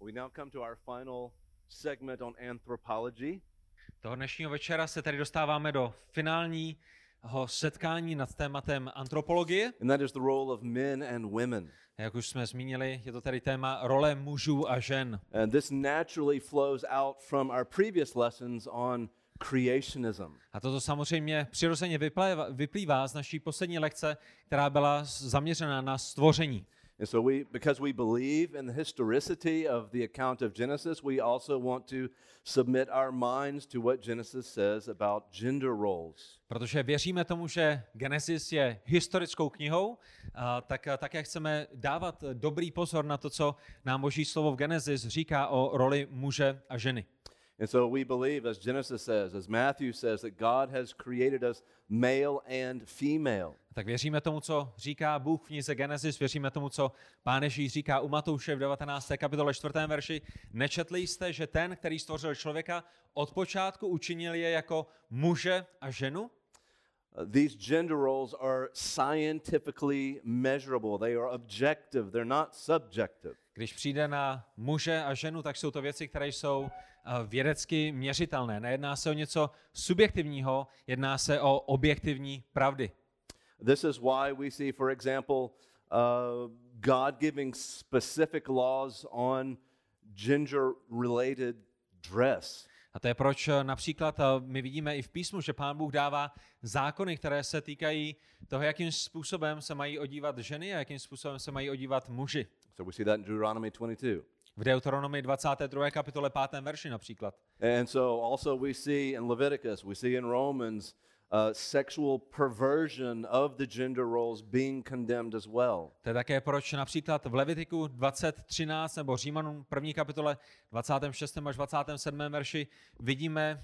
We now come to our final segment on anthropology. Toho dnešního večera se tady dostáváme do finálního setkání nad tématem antropologie. And that is the role of men and women. Jak už jsme zmínili, je to tady téma role mužů a žen. And this naturally flows out from our previous lessons on creationism. A toto samozřejmě přirozeně vyplývá z naší poslední lekce, která byla zaměřena na stvoření. And so because we believe in the historicity of the account of Genesis, we also want to submit our minds to what Genesis says about gender roles. Protože věříme tomu, že Genesis je historickou knihou, tak také chceme dávat dobrý pozor na to, co nám Boží slovo v Genesis říká o roli muže a ženy. And so we believe, as Genesis says, as Matthew says, that God has created us male and female. Tak věříme tomu, co říká Bůh v knize Genesis, věříme tomu, co Pán Ježíš říká u Matouše v 19. kapitole 4. verši. Nečetli jste, že ten, který stvořil člověka, od počátku učinil je jako muže a ženu? These gender roles are scientifically measurable. They are objective. They're not subjective. Když přijde na muže a ženu, tak jsou to věci, které jsou vědecky měřitelné. Nejedná se o něco subjektivního, jedná se o objektivní pravdy. This is why we see, for example, God giving specific laws on gender-related dress. A to je proč například my vidíme i v písmu, že Pán Bůh dává zákony, které se týkají toho, jakým způsobem se mají odívat ženy a jakým způsobem se mají odívat muži. So we see that in Deuteronomy 22. V Deuteronomii 22. kapitole 5. verši například. And so also we see in Leviticus, we see in Romans, sexual perversion of the gender roles being condemned as well. To je také proč například v Levitiku 20:13 nebo Římanům 1. kapitole 26. až 27. verši vidíme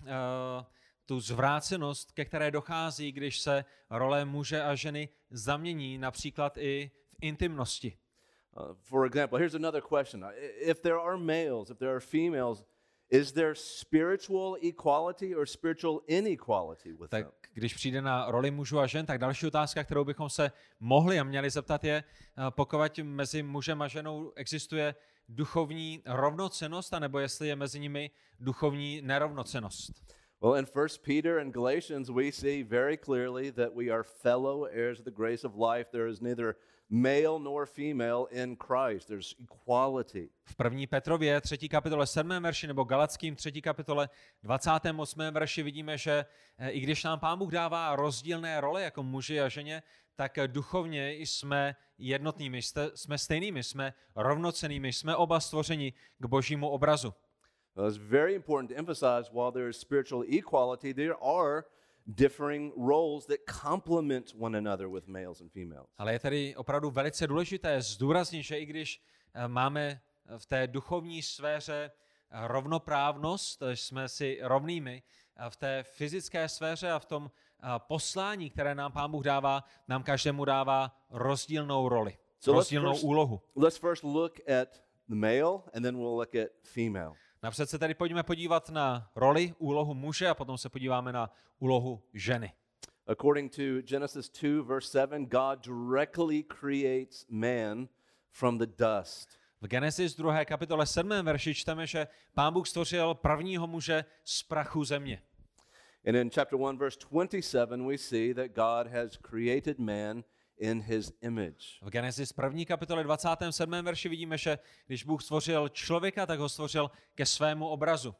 tu zvrácenost, ke které dochází, když se role muže a ženy zamění například i v intimnosti. For example, here's another question. If there are males, if there are females, is there spiritual equality or spiritual inequality with them? Tak když přijde na roli mužů a žen, tak další otázka, kterou bychom se mohli a měli zeptat je, pokud mezi mužem a ženou existuje duchovní rovnocennost, anebo jestli je mezi nimi duchovní nerovnocennost. Well, in 1 Peter and Galatians, we see very clearly that we are fellow heirs of the grace of life. There is neither male nor female in Christ. There's equality. V 1. Petrově 3. kapitole 7. verši nebo Galackým 3. kapitole 28. verši vidíme, že i když nám Pán Bůh dává rozdílné role jako muži a ženě, tak duchovně jsme jednotnými, jsme stejnými, jsme rovnocennými, jsme oba stvořeni k Božímu obrazu. It's very important to emphasize while there is spiritual equality, there are differing roles that complement one another with males and females. Ale je tedy opravdu velice důležité zdůraznit, že i když máme v té duchovní sféře rovnoprávnost, jsme si rovnými, v té fyzické sféře a v tom poslání, které nám Pán Bůh dává, nám každému dává rozdílnou roli, rozdílnou úlohu. Let's first look at the male and then we'll look at female. Napřed se tedy pojďme podívat na roli, úlohu muže a potom se podíváme na úlohu ženy. According to Genesis 2, verse 7, God directly creates man from the dust. V Genesis 2. kapitole 7. verši čteme, že Pán Bůh stvořil prvního muže z prachu země. And in chapter 1, verse 27, we see that God has created man in his image. V Genesis 1. kapitole 27. verši vidíme, že když Bůh stvořil člověka, tak ho stvořil ke svému obrazu.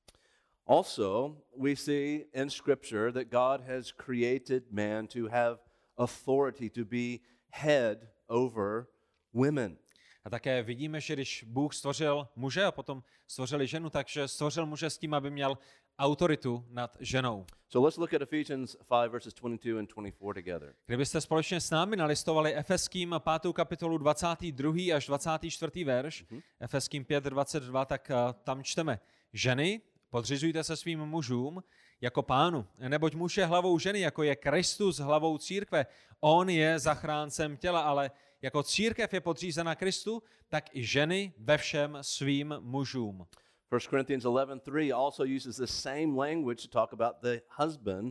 Also, we see in Scripture that God has created man to have authority, to be head over women. A také vidíme, že když Bůh stvořil muže a potom stvořil ženu, takže stvořil muže s tím, aby měl autoritu nad ženou. So let's look at Ephesians 5, verses 22 and 24 together. Kdybyste společně s námi nalistovali Efeským 5. kapitolu 22. až 24. verš, Efeským 5:22, tak tam čteme: Ženy, podřizujte se svým mužům jako Pánu, neboť muž je hlavou ženy, jako je Kristus hlavou církve. On je zachráncem těla, ale jako církev je podřízena Kristu, tak i ženy ve všem svým mužům. 1 Corinthians 11:3 also uses the same language to talk about the husband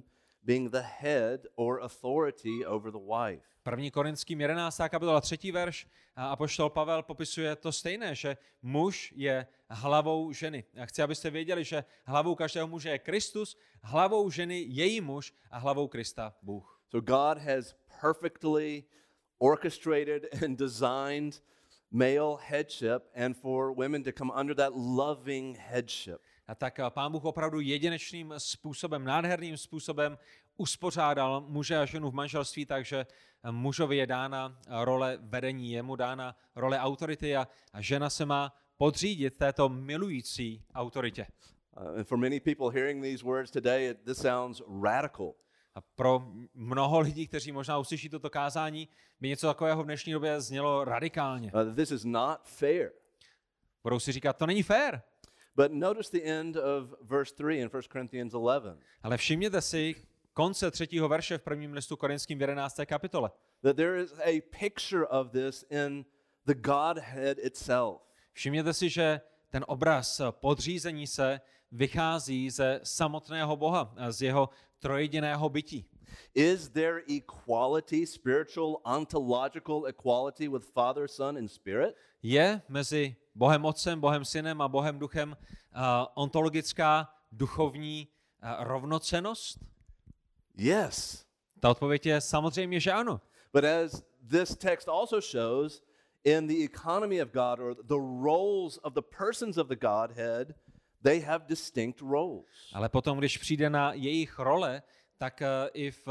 being the head or authority over the wife. 1. Korinským 11. kapitola 3. verš a apoštol Pavel popisuje to stejné, že muž je hlavou ženy. Já chci, abyste věděli, že hlavou každého muže je Kristus, hlavou ženy její muž a hlavou Krista Bůh. So God has perfectly orchestrated and designed male headship and for women to come under that loving headship. A tak Pán Bůh opravdu jedinečným způsobem, nádherným způsobem uspořádal muže a ženu v manželství, takže mužovi je dána role vedení, je mu dána role autority a žena se má podřídit této milující autoritě. And for many people hearing these words today, this sounds radical. A pro mnoho lidí, kteří možná uslyší toto kázání, by něco takového v dnešní době znělo radikálně. This is not fair. Budou si říkat, to není fér. But notice the end of verse 3 in 1 Corinthians 11. Ale všimněte si konce 3. verše v 1. listu Korinským 11. kapitole. That there is a picture of this in the Godhead itself. Všimněte si, že ten obraz podřízení se vychází ze samotného Boha, z jeho trojjediného bytí. Is there equality, spiritual, ontological equality with Father, Son, and Spirit? Je mezi Bohem Otcem, Bohem Synem a Bohem Duchem ontologická duchovní rovnocennost? Yes. Ta odpověď je samozřejmě, že ano. But as this text also shows, in the economy of God, or the roles of the persons of the Godhead, they have distinct roles. Ale potom, když přijde na jejich role, tak i v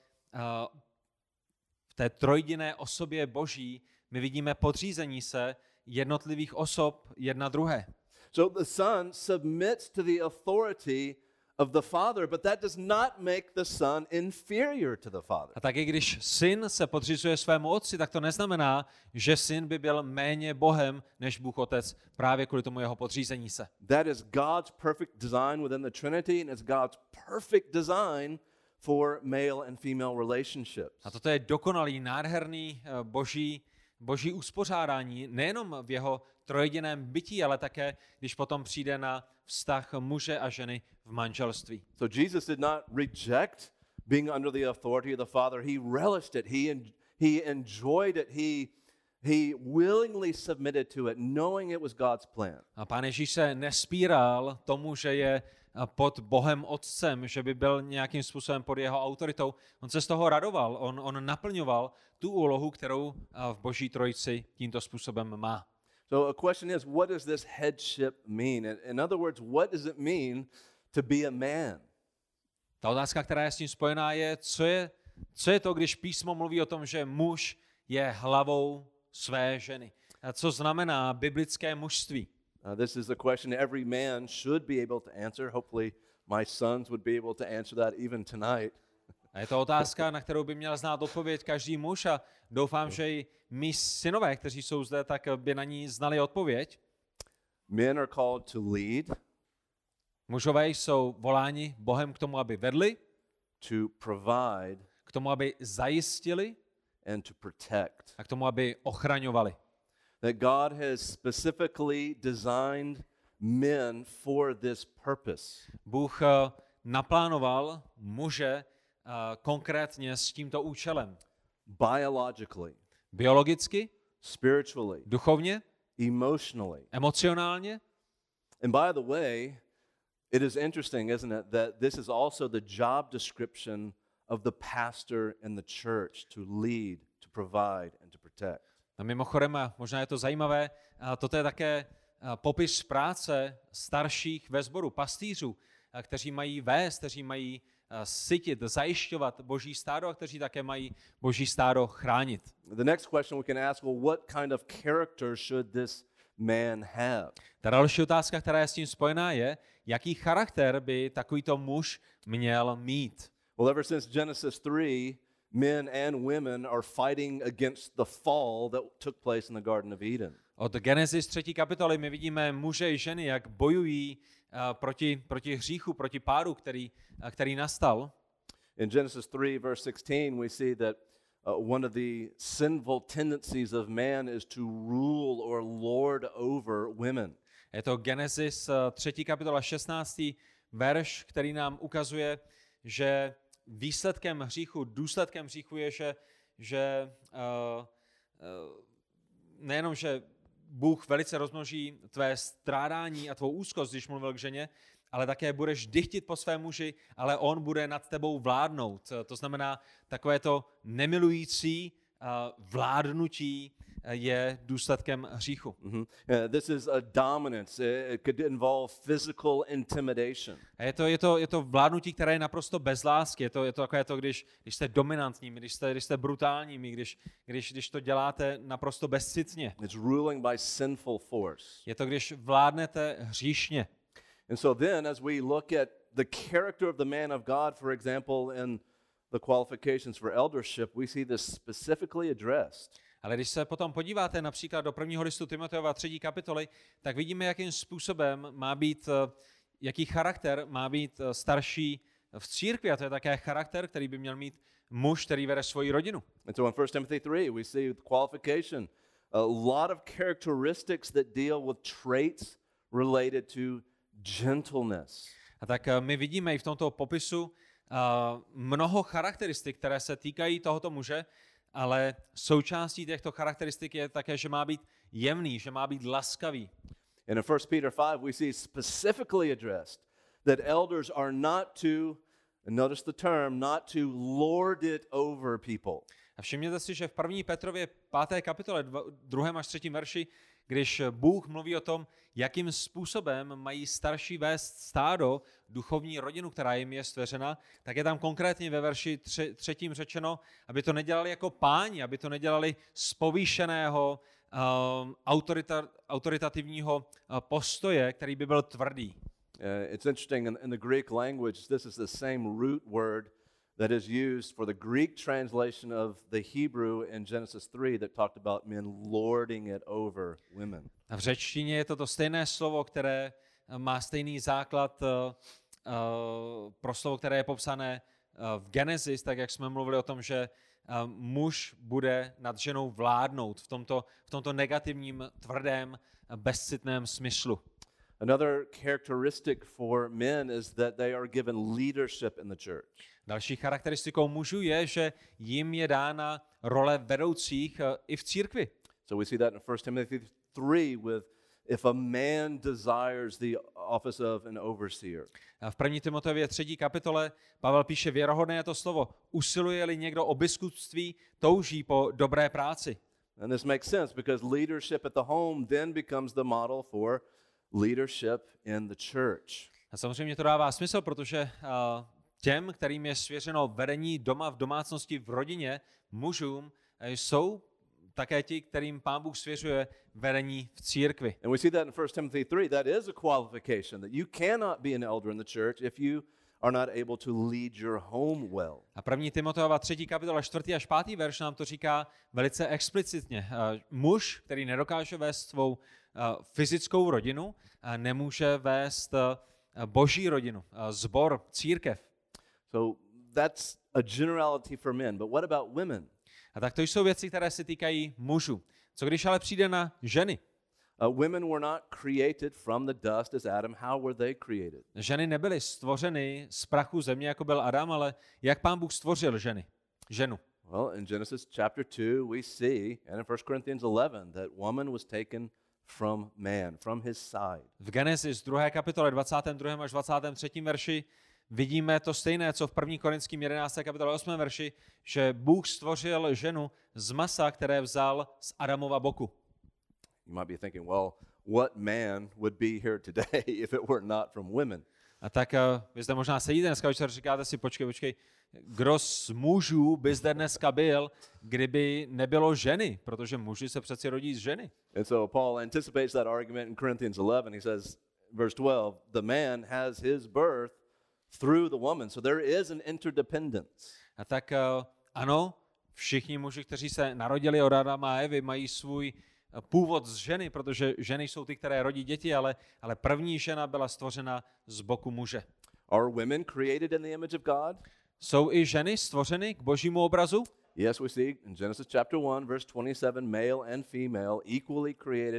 té trojjediné osobě Boží my vidíme podřízení se jednotlivých osob jedna druhé. So the Son submits to the authority of the Father, but that does not make the Son inferior to the Father. A tak i když syn se podřizuje svému otci, tak to neznamená, že syn by byl méně Bohem než Bůh Otec právě kvůli tomu jeho podřízení se. That is God's perfect design within the Trinity, and it's God's perfect design for male and female relationships. A toto je dokonalý, nádherný boží uspořádání, nejenom v jeho trojjediném bytí, ale také, když potom přijde na vztah muže a ženy v manželství. So Jesus did not reject being under the authority of the Father. He relished it. He enjoyed it. He willingly submitted to it, knowing it was God's plan. A Pán Ježíš se nespíral tomu, že je pod Bohem Otcem, že by byl nějakým způsobem pod jeho autoritou. On se z toho radoval, on naplňoval tu úlohu, kterou v Boží trojici tímto způsobem má. So a question is, what does this headship mean? In other words, what does it mean to be a man? Ta otázka, která je s tím spojená, je, co je to, když písmo mluví o tom, že muž je hlavou své ženy. A co znamená biblické mužství? This is a question every man should be able to answer. Hopefully my sons would be able to answer that even tonight. A je to otázka, na kterou by měl znát odpověď každý muž a doufám, že i mí synové, kteří jsou zde, tak by na ní znali odpověď. Men are called to lead, Mužové jsou voláni Bohem k tomu, aby vedli, to provide, k tomu, aby zajistili and to protect. a k tomu, aby ochraňovali. That God has specifically designed men for this purpose. Bůh naplánoval muže konkrétně s tímto účelem. Biologically, Biologicky, spiritually, duchovně, emotionally. emocionálně. And by the way, it is interesting, isn't it, that this is also the job description of the pastor in the church, to lead, to provide, and to protect. A mimochodem, a možná je to zajímavé, toto je také popis práce starších ve sboru, pastýřů, kteří mají vést, kteří mají sytit, zajišťovat Boží stádo a kteří také mají Boží stádo chránit. The next question we can ask, well, what kind of character should this man have? Ta další otázka, která je s tím spojená, je, jaký charakter by takovýto muž měl mít. Well, ever since Genesis 3, men and women are fighting against the fall that took place in the Garden of Eden. Od Genesis 3. kapitoly my vidíme muže i ženy, jak bojují proti hříchu, proti pádu, který nastal. In Genesis 3, verse 16, we see that one of the sinful tendencies of man is to rule or lord over women. Je to Genesis 3. kapitola 16. verš, který nám ukazuje, že výsledkem hříchu, důsledkem hříchu je, že nejenom, že Bůh velice rozmnoží tvé strádání a tvou úzkost, když mluvil k ženě, ale také budeš dychtit po svém muži, ale on bude nad tebou vládnout. To znamená, takové to nemilující vládnutí je důsledkem hříchu. This is a dominance. It could involve physical intimidation. A je to vládnutí, které je naprosto bez lásky. Je to takové to, když jste dominantními, když jste brutálními, když to děláte naprosto bezcitně. It's ruling by sinful force. Je to, když vládnete hříšně. And so then, as we look at the character of the man of God, for example, in the qualifications for eldership, we see this specifically addressed. Ale když se potom podíváte například do prvního listu Timoteova 3. kapitoly, tak vidíme, jakým způsobem má být, jaký charakter má být starší v církvi. A to je také charakter, který by měl mít muž, který vede svoji rodinu. And so in 1 Timothy 3, we see the qualification, a lot of characteristics that deal with traits related to gentleness. A tak my vidíme i v tomto popisu mnoho charakteristik, které se týkají tohoto muže, ale součástí těchto charakteristik je také, že má být jemný, že má být laskavý. And in 1 Peter 5, we see specifically addressed that elders are not to, and notice the term, not to lord it over people. A všimněte si, že v 1. Petrově 5. kapitole 2. až 3. verši, když Bůh mluví o tom, jakým způsobem mají starší vést stádo, duchovní rodinu, která jim je svěřena, tak je tam konkrétně ve verši 3. řečeno, aby to nedělali jako páni, aby to nedělali z povýšeného autoritativního postoje, který by byl tvrdý. It's interesting, in the Greek language, this is the same root word that is used for the Greek translation of the Hebrew in Genesis 3 that talked about men lording it over women. A v řečtině je to stejné slovo, které má stejný základ pro slovo, které je popsané v Genesis, tak jak jsme mluvili o tom, že muž bude nad ženou vládnout v tomto negativním, tvrdém, bezcitném smyslu. Another characteristic for men is that they are given leadership in the church. Další charakteristikou mužů je, že jim je dána role vedoucích i v církvi. So we see that in 1 Timothy 3 with if a man desires the office of an overseer. A v 1. Timoteově 3. kapitole Pavel píše věrohodné je to slovo. Usiluje-li někdo o biskupství, touží po dobré práci. And this makes sense because leadership at the home then becomes the model for leadership in the church. A samozřejmě to dává smysl, protože těm, kterým je svěřeno vedení doma v domácnosti, v rodině, mužům, jsou také ti, kterým Pán Bůh svěřuje vedení v církvi. And we see that in 1 Timothy 3. That is a qualification that you cannot be an elder in the church if you are not able to lead your home well. A 1. Timoteova 3. kapitola 4. až 5. verš nám to říká velice explicitně. Muž, který nedokáže vést svou fyzickou rodinu, nemůže vést boží rodinu, sbor, církev. So that's a generality for men, but what about women? A tak to jsou věci, které se týkají mužů. Co když ale přijde na ženy? Women were not created from the dust as Adam. How were they created? Ženy nebyly stvořeny z prachu země, jako byl Adam, ale jak Pán Bůh stvořil ženu? Well, in Genesis chapter 2, we see, and in 1 Corinthians 11, that woman was taken from man, from his side. V Genesis 2. kapitole 22. až 23. verši vidíme to stejné, co v 1. Korinským 11. kapitole 8. verši, že Bůh stvořil ženu z masa, které vzal z Adamova boku. You might be thinking, well, what man would be here today if it were not from women? A tak vy zde možná sedíte dneska večer, říkáte si, počkej, kdo z mužů by zde dneska byl, kdyby nebylo ženy, protože muži se přeci rodí z ženy. And so Paul anticipates that argument in Corinthians 11. He says, verse 12, the man has his birth through the woman. So there is an interdependence. A tak ano, všichni muži, kteří se narodili od Adama a Evy, mají svůj původ z ženy, protože ženy jsou ty, které rodí děti, ale první žena byla stvořena z boku muže. Are women created in the image of God? Jsou i ženy stvořeny k božímu obrazu? Yes, we see in Genesis chapter 1, verse 27, male and female equally created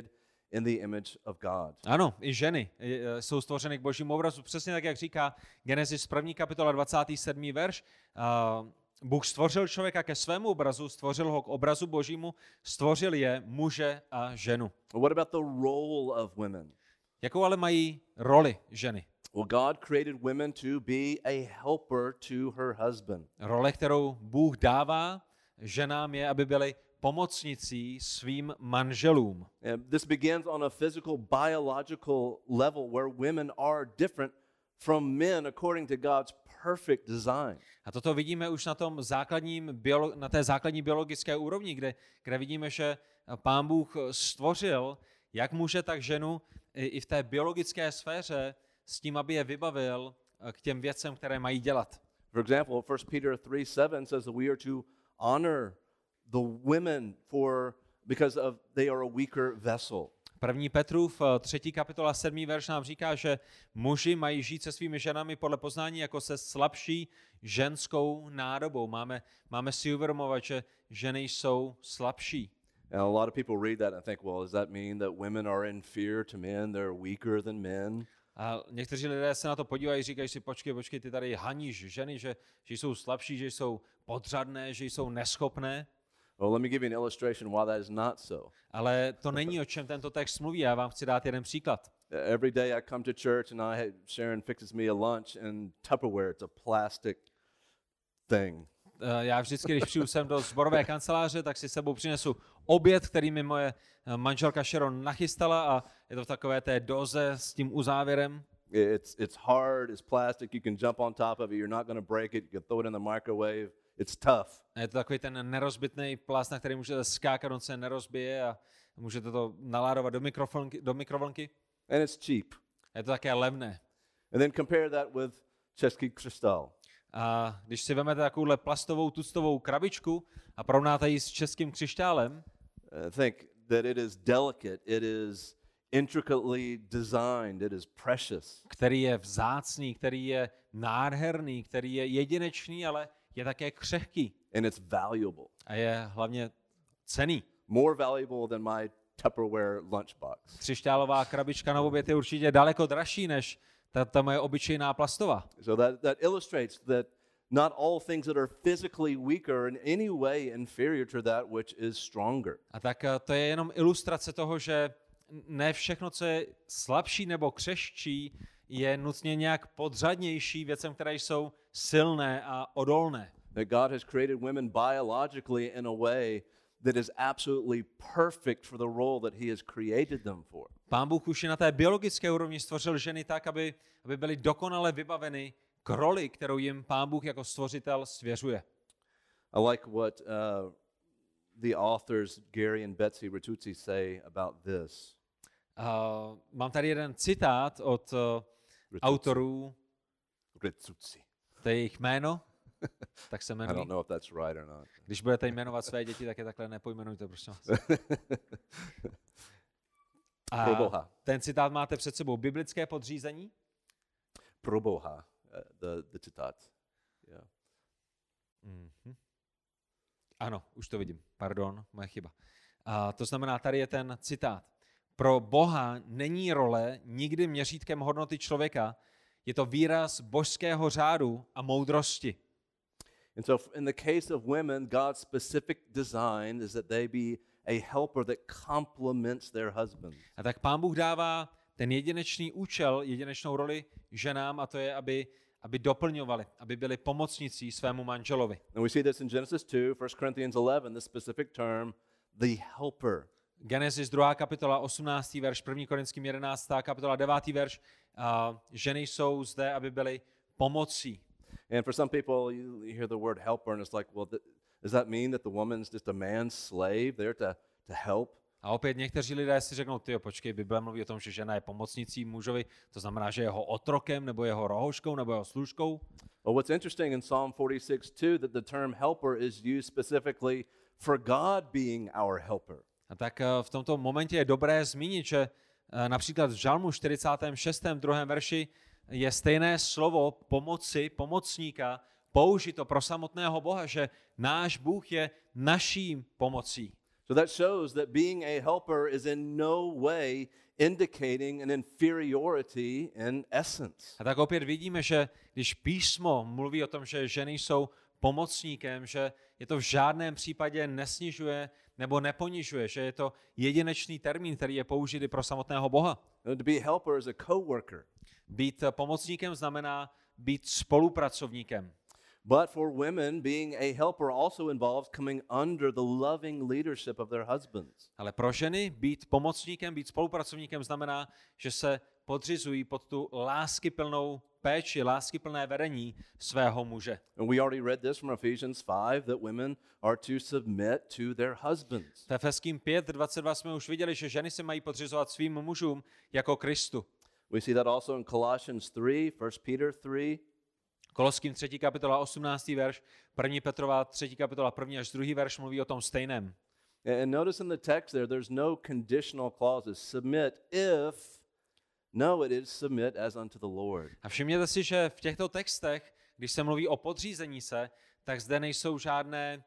in the image of God. Ano, i ženy jsou stvořeny k božímu obrazu. Přesně tak, jak říká Genesis 1. kapitola 27. verš. Bůh stvořil člověka ke svému obrazu, stvořil ho k obrazu božímu, stvořil je muže a ženu. What about the role of women? Jakou ale mají roli ženy? Well, God created women to be a helper to her husband. Role, kterou Bůh dává ženám, je, aby byly pomocnicí svým manželům. This begins on a physical, biological level where women are different from men according to God's perfect design. A toto vidíme už na té základní biologické úrovni, kde vidíme, že Pán Bůh stvořil jak muže, tak ženu i v té biologické sféře s tím, aby je vybavil k těm věcem, které mají dělat. For example, 1 Peter 3:7 says that we are to honor the women because they are a weaker vessel. 1. Petrův 3. kapitola 7. verš nám říká, že muži mají žít se svými ženami podle poznání jako se slabší ženskou nádobou. Máme si uvědomovat, že ženy jsou slabší. And a lot of people read that and think, well, does that mean that women are inferior to men? They're weaker than men? A někteří lidé se na to podívají, říkají si, počkej, ty tady haníš ženy, že jsou slabší, že jsou podřadné, že jsou neschopné. Well, let me give you an illustration why that is not so. Ale to není, o čem tento text mluví. Já vám chci dát jeden příklad. Every day I come to church and Sharon fixes me a lunch in Tupperware. It's a plastic thing. Já vždycky, když přijdu sem do sborové kanceláře, tak si s sebou přinesu oběd, který mi moje manželka Sharon nachystala a je to v takové té doze s tím uzávěrem. It's hard, it's plastic, you can jump on top of it, you're not going to break it, you can throw it in the microwave. It's tough. A je to takový ten nerozbitný plast, na který můžete skákat, on se nerozbije a můžete to naládovat do mikrovlnky. And it's cheap. A je to také levné. And then compare that with český krystal. A když si vezmete takovouhle plastovou tuctovou krabičku a porovnáte ji s českým křišťálem, think that it is delicate, it is intricately designed, it is precious. Který je vzácný, který je nádherný, který je jedinečný, ale je také křehký. And it's valuable. A je hlavně cenný. More valuable than my Tupperware lunchbox. Křišťálová krabička na oběd je určitě daleko dražší než ta moje obyčejná plastová. So that illustrates that not all things that are physically weaker are in any way inferior to that which is stronger. A tak to je jenom ilustrace toho, že ne všechno, co je slabší nebo křehčí, je nutně nějak podřadnější věcem, které jsou silné a odolné. That God has created women biologically in a way that is absolutely perfect for the role that he has created them for. Pán Bůh už i na té biologické úrovni stvořil ženy tak, aby byly dokonale vybaveny k roli, kterou jim Pán Bůh jako stvořitel svěřuje. I like what the authors Gary and Betsy Retuzzi say about this. Mám tady jeden citát od autorů. Retuzzi. To je jejich jméno, tak se I jmenují. don't know if that's right or not. Když budete jmenovat své děti, tak je takhle nepojmenujte, prosím vás. Pro Boha. Ten citát máte před sebou. Biblické podřízení? Pro Boha, the citát. Yeah. Mm-hmm. Ano, už to vidím. Pardon, moje chyba. To znamená, tady je ten citát. Pro Boha není role nikdy měřítkem hodnoty člověka, je to výraz božského řádu a moudrosti. And so in the case of women, God's specific design is that they be a helper that complements their husbands. A tak Pán Bůh dává ten jedinečný účel, jedinečnou roli ženám, a to je, aby doplňovali, aby byli pomocnicí svému manželovi. And we see this in Genesis 2, 1 Corinthians 11, the specific term, the helper. Genesis 2. kapitola 18. verš, 1. Korinským 11. kapitola 9. verš. Ženy jsou zde, aby byly pomocí. And for some people, you hear the word helper and it's like, well, does that mean that the woman's just a man's slave there to help? A opět někteří lidé si řeknou, počkej, Bible mluví o tom, že žena je pomocnicí mužovi, to znamená, že je jeho otrokem, nebo jeho rohoškou, nebo jeho služkou. Well, what's interesting in Psalm 46:2 that the term helper is used specifically for God being our helper. A tak v tomto momentě je dobré zmínit, že například v Žalmu 46. 2. verši je stejné slovo pomoci, pomocníka, použito pro samotného Boha, že náš Bůh je naší pomocí. So that shows that being a helper is in no way indicating an inferiority in essence. A tak opět vidíme, že když písmo mluví o tom, že ženy jsou pomocníkem, že je to v žádném případě nesnižuje nebo neponižuje, že je to jedinečný termín, který je použit i pro samotného Boha. To be a helper is a coworker. Být pomocníkem znamená být spolupracovníkem. But for women, being a helper also involves coming under the loving leadership of their husbands. Ale pro ženy být pomocníkem, být spolupracovníkem znamená, že se podřizují pod tu láskyplnou péči, láskyplné vedení svého muže. And we already read this from Ephesians 5 that women are to submit to their husbands. V Efeským 5:22 jsme už viděli, že ženy se mají podřizovat svým mužům jako Kristu. We see that also in Colossians 3, 1 Peter 3. Koloským 3. kapitola 18. verš, 1. Petrova 3. kapitola 1. až 2. verš mluví o tom stejném. And notice in the text there, there's no conditional clauses. Submit if, no, it is submit as unto the Lord. A všimněte si, že v těchto textech, když se mluví o podřízení se, tak zde nejsou žádné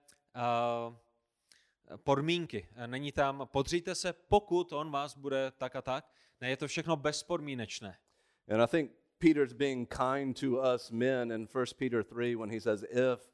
podmínky. Není tam podříte se, pokud on vás bude tak a tak. Ne, je to všechno bezpodmínečné. And I think Peter's being kind to us men in 1 Peter 3 when he says, if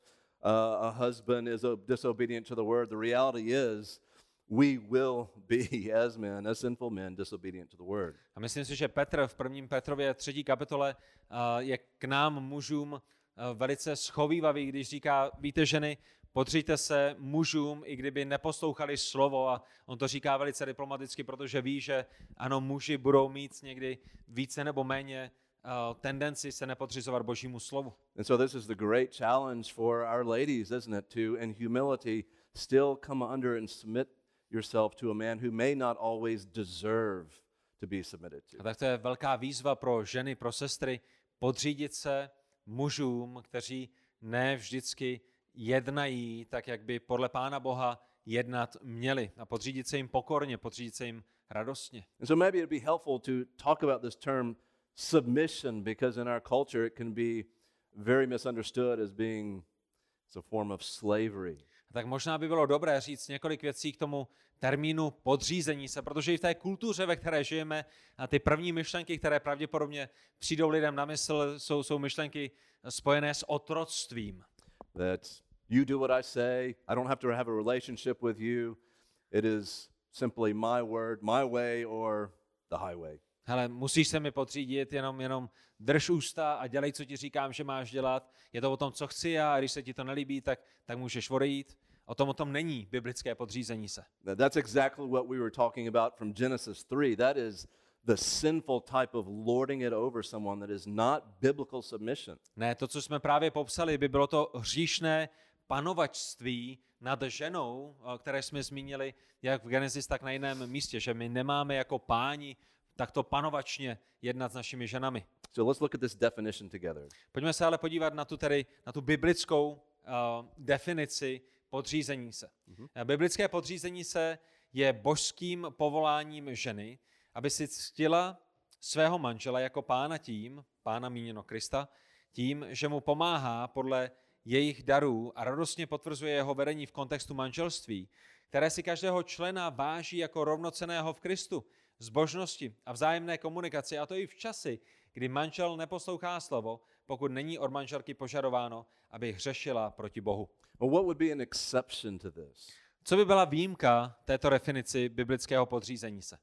a husband is disobedient to the word, the reality is we will be as men, as sinful men, disobedient to the word. A myslím si, že Petr v 1. Petrově 3. kapitole je k nám mužům velice schovívavý, když říká, víte ženy, podříďte se mužům, i kdyby neposlouchali slovo, a on to říká velice diplomaticky, protože ví, že ano, muži budou mít někdy více nebo méně tendenci se nepodřizovat Božímu slovu. And so this is the great challenge for our ladies, isn't it, to in humility still come under and submit yourself to a man who may not always deserve to be submitted to. A tak to je velká výzva pro ženy, pro sestry, podřídit se mužům, kteří ne vždycky jednají tak, jak by podle Pána Boha jednat měli. A podřídit se jim pokorně, podřídit se jim radostně. And so maybe it'd be helpful to talk about this term submission, because in our culture it can be very misunderstood as being a form of slavery. Tak možná by bylo dobré říct několik věcí k tomu termínu podřízení se, protože i v té kultuře, ve které žijeme, a ty první myšlenky, které pravděpodobně přijdou lidem na mysl, jsou myšlenky spojené s otroctvím. That you do what I say, I don't have to have a relationship with you, it is simply my word, my way or the highway. Hele, musíš se mi podřídit, jenom drž ústa a dělej, co ti říkám, že máš dělat. Je to o tom, co chci já, a když se ti to nelíbí, tak můžeš odejít. O tom není biblické podřízení se. That's exactly what we were talking about from Genesis 3. That is the sinful type of lording it over someone that is not biblical submission. Ne, to, co jsme právě popsali, by bylo to hříšné panovačství nad ženou, které jsme zmínili jak v Genesis, tak na jiném místě, že my nemáme jako páni takto panovačně jednat s našimi ženami. So let's look at this definition together. Pojďme se ale podívat na tu biblickou definici podřízení se. Biblické podřízení se je božským povoláním ženy, aby si ctila svého manžela jako pána míněno Krista, tím, že mu pomáhá podle jejich darů a radostně potvrzuje jeho vedení v kontextu manželství, které si každého člena váží jako rovnocenného v Kristu, zbožnosti a vzájemné komunikaci, a to i v časy, kdy manžel neposlouchá slovo, pokud není od manželky požadováno, aby hřešila proti Bohu. Well, what would be an exception to this? Co by byla výjimka této definici biblického podřízení se?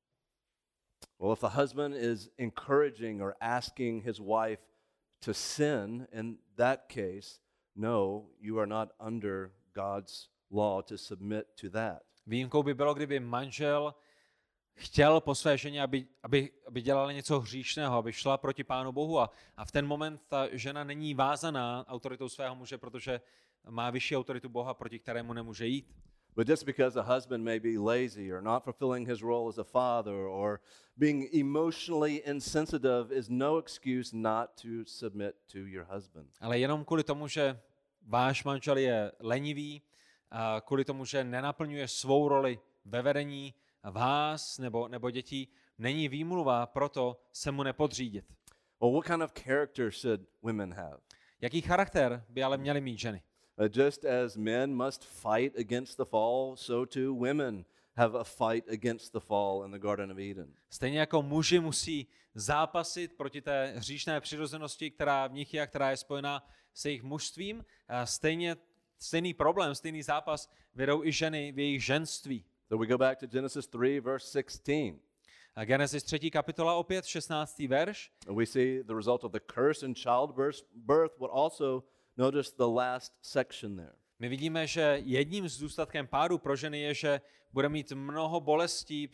Well, if the husband is encouraging or asking his wife to sin, in that case, no, you are not under God's law to submit to that. Výjimkou by bylo, kdyby manžel chtěl po své ženě, aby dělala něco hříšného, aby šla proti Pánu Bohu, a v ten moment ta žena není vázaná autoritou svého muže, protože má vyšší autoritu Boha, proti kterému nemůže jít. But just because a husband may be lazy or not fulfilling his role as a father or being emotionally insensitive is no excuse not to submit to your husband. Ale jenom kvůli tomu, že váš manžel je lenivý, a kvůli tomu, že nenaplňuje svou roli ve vedení vás nebo dětí, není výmluva proto se mu nepodřídit. Well, what kind of character should women have? Jaký charakter by ale měly mít ženy? Just as men must fight against the fall, so too women have a fight against the fall in the Garden of Eden. Stejně jako muži musí zápasit proti té hříšné přirozenosti, která v nich je a která je spojená s jejich mužstvím, stejný problém, stejný zápas vedou i ženy v jejich ženství. So we go back to Genesis 3, verse 16. A Genesis 3. kapitola opět, 16. verš. We see the result of the curse in childbirth, but also notice the last section there. My vidíme, že jedním z důsledkem pádu pro ženy je, že bude mít mnoho bolestí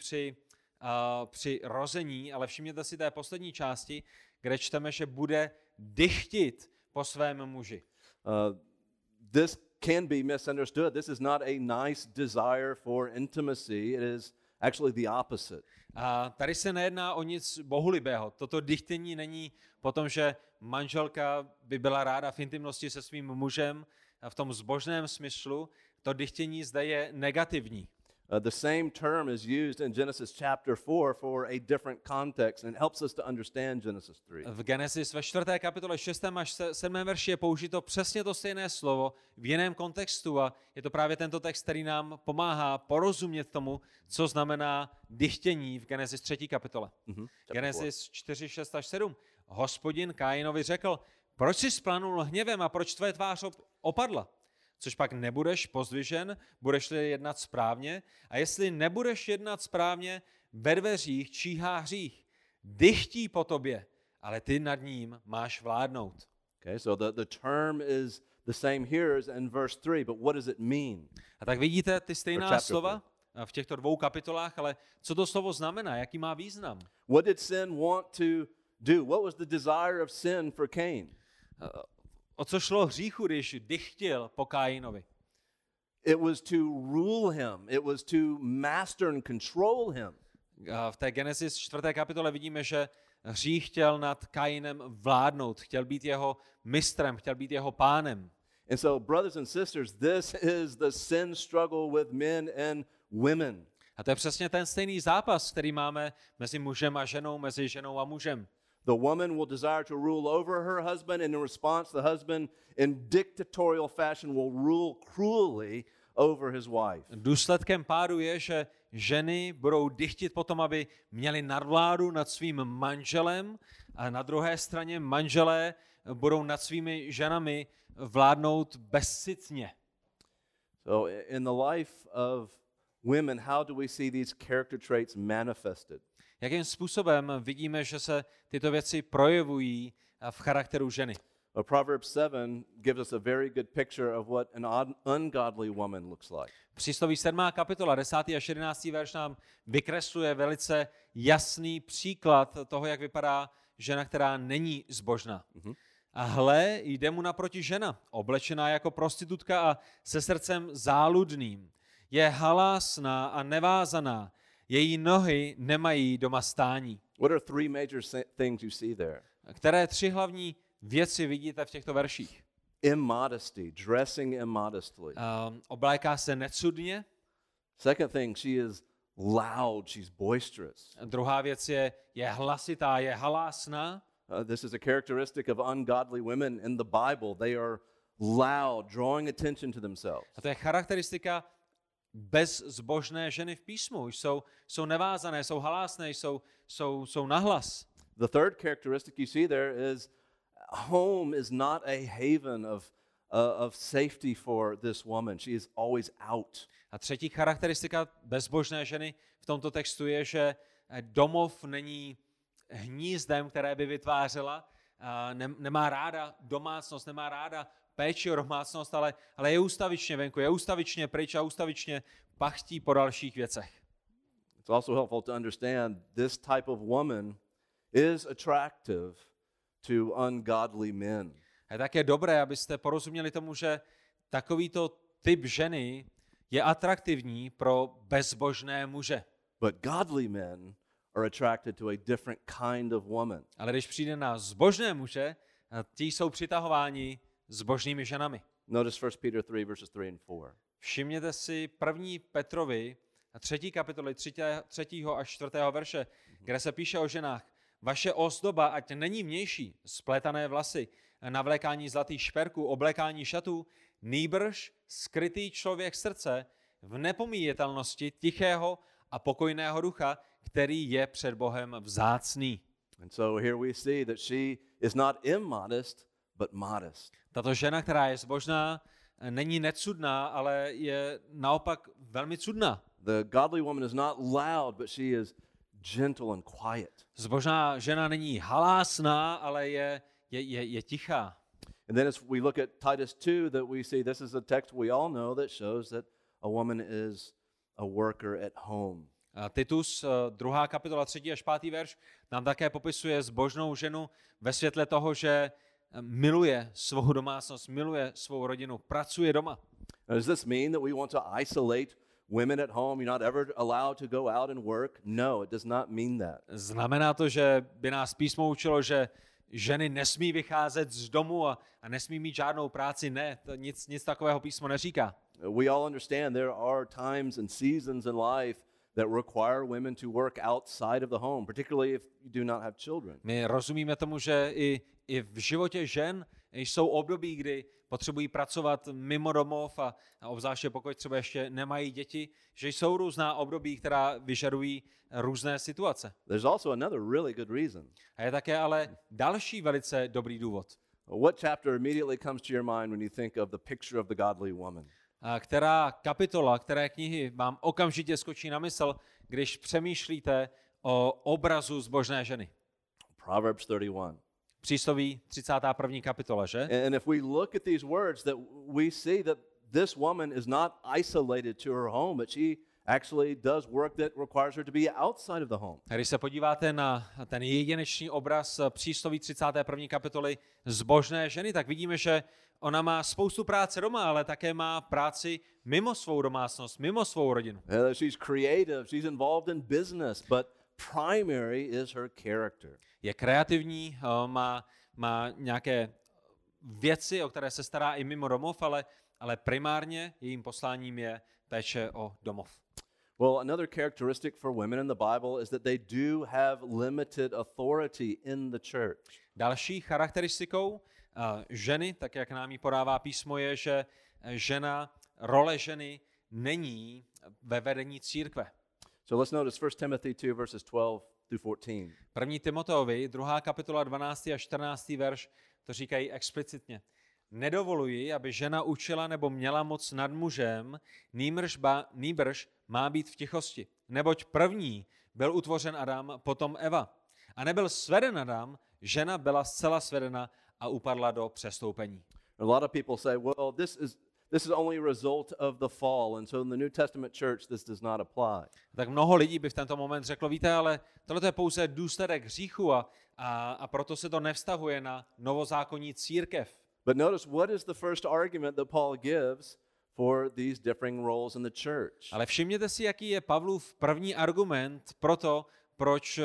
při rození, ale všimněte si té poslední části, kde čteme, že bude dychtit po svém muži. This can be misunderstood. This is not a nice desire for intimacy. It is actually the opposite. A tady se nejedná o nic bohulibého. Toto dychtění není po tom, že manželka by byla ráda v intimnosti se svým mužem v tom zbožném smyslu. To dychtění zde je negativní. The same term is used in Genesis chapter 4 for a different context, and it helps us to understand Genesis 3. V Genesis ve 4. kapitole 6. až 7. verši je použito přesně to stejné slovo v jiném kontextu a je to právě tento text, který nám pomáhá porozumět tomu, co znamená dychtění v Genesis 3. kapitole. Genesis 4, 6 až 7. Hospodin Kainovi řekl, proč jsi splanul hněvem a proč tvoje tvář opadla? Což pak nebudeš pozdvižen, budeš-li jednat správně, a jestli nebudeš jednat správně, ve dveřích číhá hřích. Dychtí po tobě, ale ty nad ním máš vládnout. Okay, so the term is the same here as in verse 3, but what does it mean? A tak vidíte ty stejná slova v těchto dvou kapitolách, ale co to slovo znamená, jaký má význam? What did sin want to do? What was the desire of sin for Cain? O co šlo hříchu, když dychtil po Kainovi? It was to rule him. It was to master and control him. V té Genesis 4. kapitole vidíme, že hřích chtěl nad Kainem vládnout, chtěl být jeho mistrem, chtěl být jeho pánem. And so, brothers and sisters, this is the sin struggle with men and women. A to je přesně ten stejný zápas, který máme mezi mužem a ženou, mezi ženou a mužem. The woman will desire to rule over her husband, and in response, the husband, in dictatorial fashion, will rule cruelly over his wife. Důsledkem pádu je, že ženy budou dychtit potom, aby měli nadvládu nad svým manželem, a na druhé straně manželé budou nad svými ženami vládnout bezcitně. So, in the life of women, how do we see these character traits manifested? Jakým způsobem vidíme, že se tyto věci projevují v charakteru ženy? Proverbs 7 gives us a very good picture of what an ungodly woman looks like. Přísloví 7. kapitola, 10. až 11. verš nám vykresluje velice jasný příklad toho, jak vypadá žena, která není zbožná. A hle, jde mu naproti žena, oblečená jako prostitutka a se srdcem záludným. Je halásná a nevázaná, její nohy nemají doma stání. What are three major things you see there? Které tři hlavní věci vidíte v těchto verších? Immodesty, dressing immodestly. Obléká se necudně. Second thing, she is loud, she's boisterous. Druhá věc je hlasitá, je halásná. This is a characteristic of ungodly women in the Bible. They are loud, drawing attention to themselves. A to je charakteristika bezzbožné ženy v písmu. Jsou nevázané, jsou halásné, jsou nahlas. The third characteristic you see there is home is not a haven of safety for this woman. She is always out. A třetí charakteristika bezbožné ženy v tomto textu je, že domov není hnízdem, které by vytvářela, nemá ráda domácnost, nemá ráda péči o domácnost, ale je ústavičně venku, je ústavičně pryč a ústavičně pachtí po dalších věcech. It's also helpful to understand this type of woman is attractive to ungodly men. A je také dobré, abyste porozuměli tomu, že takovýto typ ženy je atraktivní pro bezbožné muže. But godly men are attracted to a different kind of woman. Ale když přijde na zbožné muže, ti jsou přitahováni zbožnými ženami. Notice 1 Peter 3 verses 3 and 4. Všimněte si 1. Petrovi 3. kapitoly 3. až 4. verše, kde se píše o ženách. Vaše ozdoba ať není vnější, splétané vlasy, navlékání zlatých šperků, oblékání šatů, nýbrž skrytý člověk srdce v nepomíjetelnosti tichého a pokojného ducha, který je před Bohem vzácný. And so here we see that she is not immodest, but modest. Tato žena, která je zbožná, není necudná, ale je naopak velmi cudná. The godly woman is not loud, but she is gentle and quiet. Zbožná žena není halásná, ale je tichá. And then as we look at Titus 2, that we see this is a text we all know that shows that a woman is a worker at home. Titus, 2. kapitola, 3. až 5. verš, nám také popisuje zbožnou ženu ve světle toho, že miluje svou domácnost, miluje svou rodinu, pracuje doma. Now, does this mean that we want to isolate women at home? You're not ever allowed to go out and work? No, it does not mean that. Znamená to, že by nás písmo učilo, že ženy nesmí vycházet z domu a nesmí mít žádnou práci? Ne, to nic takového písmo neříká. We all understand there are times and seasons in life that require women to work outside of the home, particularly if you do not have children. My rozumíme tomu, že i v životě žen jsou období, kdy potřebují pracovat mimo domov a obzvláště pokud třeba ještě nemají děti, že jsou různá období, která vyžadují různé situace. There's also another really good reason. A je také ale další velice dobrý důvod. What chapter immediately comes to your mind when you think of the picture of the godly woman? A která kapitola, které knihy vám okamžitě skočí na mysl, když přemýšlíte o obrazu zbožné ženy? Proverbs 31. Přísloví 31. kapitola, že? And if we look at these words, that we see that this woman is not isolated to her home, but she actually does work that requires her to be outside of the home. A když se podíváte na ten jedinečný obraz přísloví 31. kapitoly zbožné ženy, tak vidíme, že ona má spoustu práce doma, ale také má práci mimo svou domácnost, mimo svou rodinu. She's creative, she's involved in business, but primary is her character. Je kreativní, má nějaké věci, o které se stará i mimo domov, ale primárně jejím posláním je péče o domov. Well, another characteristic for women in the Bible is that they do have limited authority in the church. Další charakteristikou ženy, tak jak nám ji podává písmo, je, že role ženy není ve vedení církve. So let's notice 1 Timothy 2 verses 12 through 14. 1. Timoteovi, 2. kapitola 12. a 14. verš, to říkají explicitně. Nedovoluji, aby žena učila nebo měla moc nad mužem, nýbrž má být v tichosti. Neboť první byl utvořen Adam, potom Eva. A nebyl sveden Adam, žena byla zcela svedena a upadla do přestoupení. A lot of people say, well, this is only a result of the fall, and so in the New Testament church this does not apply. Tak mnoho lidí by v tento moment řeklo, víte, ale tohle je pouze důsledek hříchu a proto se to nevztahuje na novozákonní církev. But notice what is the first argument that Paul gives for these differing roles in the church. Ale všimněte si, jaký je Pavlův první argument pro to, proč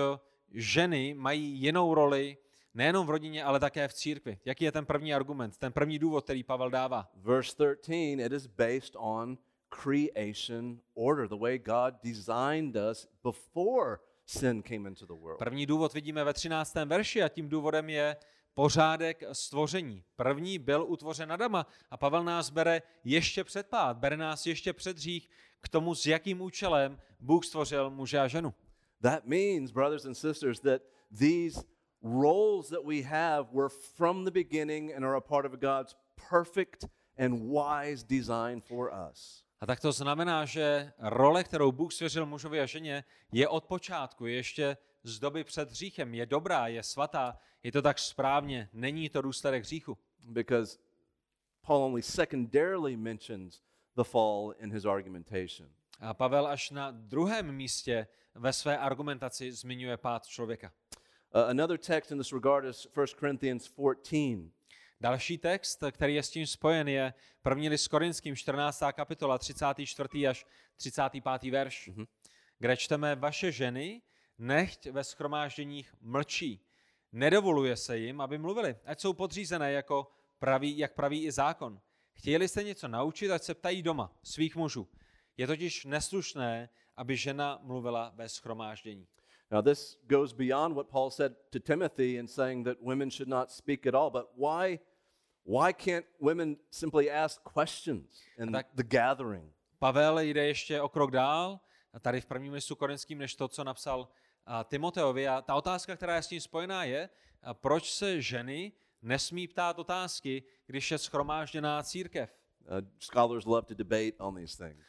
ženy mají jinou roli nejenom v rodině, ale také v církvi. Jaký je ten první argument, ten první důvod, který Pavel dává? Verse 13, it is based on creation order, the way God designed us before sin came into the world. První důvod vidíme ve 13. verši a tím důvodem je pořádek stvoření. První byl utvořen Adama a Pavel nás bere ještě před pád, bere nás ještě před hřích k tomu, s jakým účelem Bůh stvořil muže a ženu. That means, brothers and sisters, that these roles that we have were from the beginning and are a part of God's perfect and wise design for us. A tak to znamená, že role, kterou Bůh svěřil mužovi a ženě, je od počátku, ještě z doby před hříchem, je dobrá, je svatá, je to tak správně, není to důsledek hříchu. Because Paul only secondarily mentions the fall in his argumentation. A Pavel až na druhém místě ve své argumentaci zmiňuje pád člověka. Another text in this regard is 1 Corinthians 14. Další text, který je s tím spojen, je 1. list Korinským, 14. kapitola, 34. až 35. verš, kde čteme: vaše ženy nechť ve shromážděních mlčí. Nedovoluje se jim, aby mluvili, ať jsou podřízené, jak praví i zákon. Chtěli jste něco naučit, ať se ptají doma svých mužů. Je totiž neslušné, aby žena mluvila ve shromáždění. Now this goes beyond what Paul said to Timothy in saying that women should not speak at all, but Why can't women simply ask questions in Tak- the gathering? Pavel jde ještě o krok dál, tady v prvním listu Korinským, než to, co napsal Timoteovi. A ta otázka, která je s tím spojená, je, proč se ženy nesmí ptát otázky, když je shromážděná církev. Scholars love to debate on these things.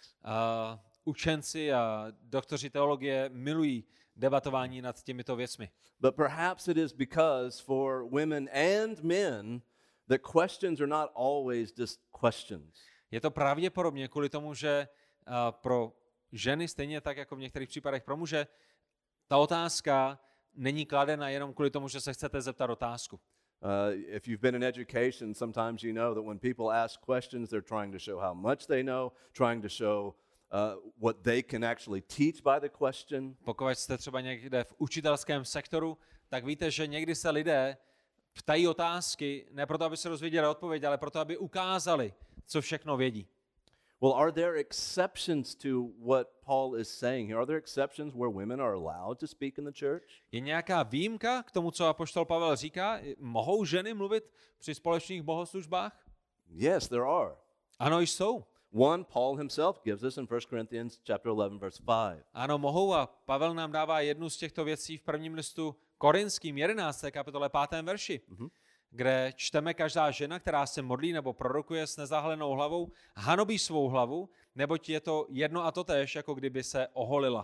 Učenci a doktoři teologie milují debatování nad těmito věcmi. But perhaps it is because for women and men, the questions are not always just questions. Je to pravděpodobně kvůli tomu, že pro ženy, stejně tak jako v některých případech pro muže, ta otázka není kladena jenom kvůli tomu, že se chcete zeptat otázku. If you've been in education, sometimes you know that when people ask questions, they're trying to show how much they know, trying to show what they can actually teach by the question. Pokud jste třeba někde v učitelském sektoru, tak víte, že někdy se lidé ptají otázky ne proto, aby se dozvěděli odpověď, ale proto, aby ukázali, co všechno vědí. Well, are there exceptions to what Paul is saying here? Are there exceptions where women are allowed to speak in the church? Je nějaká výjimka k tomu, co apoštol Pavel říká? Mohou ženy mluvit při společných bohoslužbách? Yes, there are. Ano, jsou. One Paul himself gives us in 1 Corinthians chapter 11 verse 5. Ano, mohou a Pavel nám dává jednu z těchto věcí v prvním listu Korinským 11. kapitole 5. verši, kde čteme: každá žena, která se modlí nebo prorokuje s nezahalenou hlavou, hanobí svou hlavu, neboť je to jedno a totéž, jako kdyby se oholila.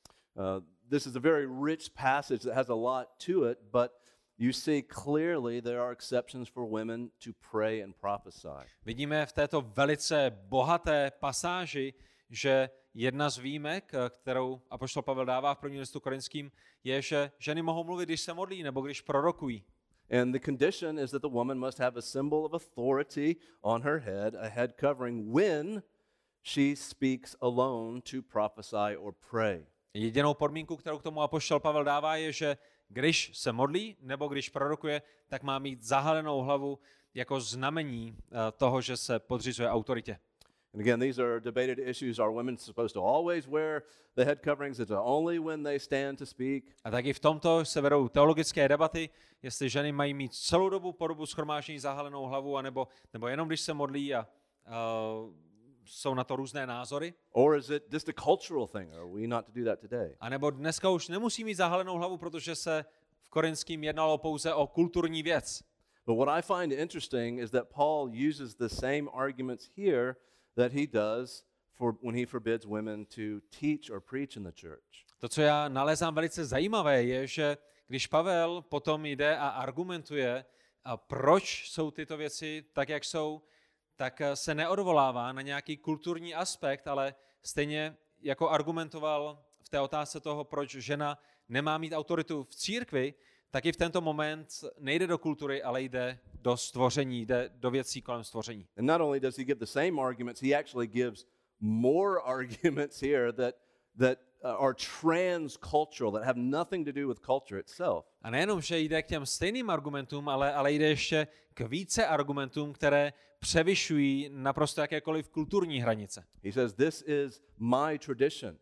This is a very rich passage that has a lot to it, but you see clearly there are exceptions for women to pray and prophesy. Vidíme v této velice bohaté pasáži, že jedna z výjimek, kterou apoštol Pavel dává v prvním listu Korinským, je, že ženy mohou mluvit, když se modlí nebo když prorokují. And the condition is that the woman must have a symbol of authority on her head, a head covering, when she speaks alone to prophesy or pray. Jedinou podmínku, kterou k tomu apoštol Pavel dává, je, že když se modlí nebo když prorokuje, tak má mít zahalenou hlavu jako znamení toho, že se podřizuje autoritě. And again, these are debated issues. Are women supposed to always wear the head coverings? Is it only when they stand to speak? A taky v tomto se vedou teologické debaty, jestli ženy mají mít celou dobu po dobu shromáždění zahalenou hlavu, nebo jenom když se modlí a jsou na to různé názory. Or is it just a cultural thing? Are we not to do that today? A nebo dneska už nemusí mít zahalenou hlavu, protože se v Korinským jednalo pouze o kulturní věc. But what I find interesting is that Paul uses the same arguments here that he does for when he forbids women to teach or preach in the church. To, co já nalézám velice zajímavé, je, že když Pavel potom jde a argumentuje, a proč jsou tyto věci tak, jak jsou, tak se neodvolává na nějaký kulturní aspekt, ale stejně jako argumentoval v té otázce toho, proč žena nemá mít autoritu v církvi, tak i v tento moment nejde do kultury, ale jde do stvoření, jde do věcí kolem stvoření. And not only does he give the same arguments, he actually gives more arguments here that are transcultural, that have nothing to do with culture itself. A nejenom, že jde k těm stejným argumentům, ale jde ještě k více argumentům, které převyšují naprosto jakékoliv kulturní hranice. He says, this is my tradition.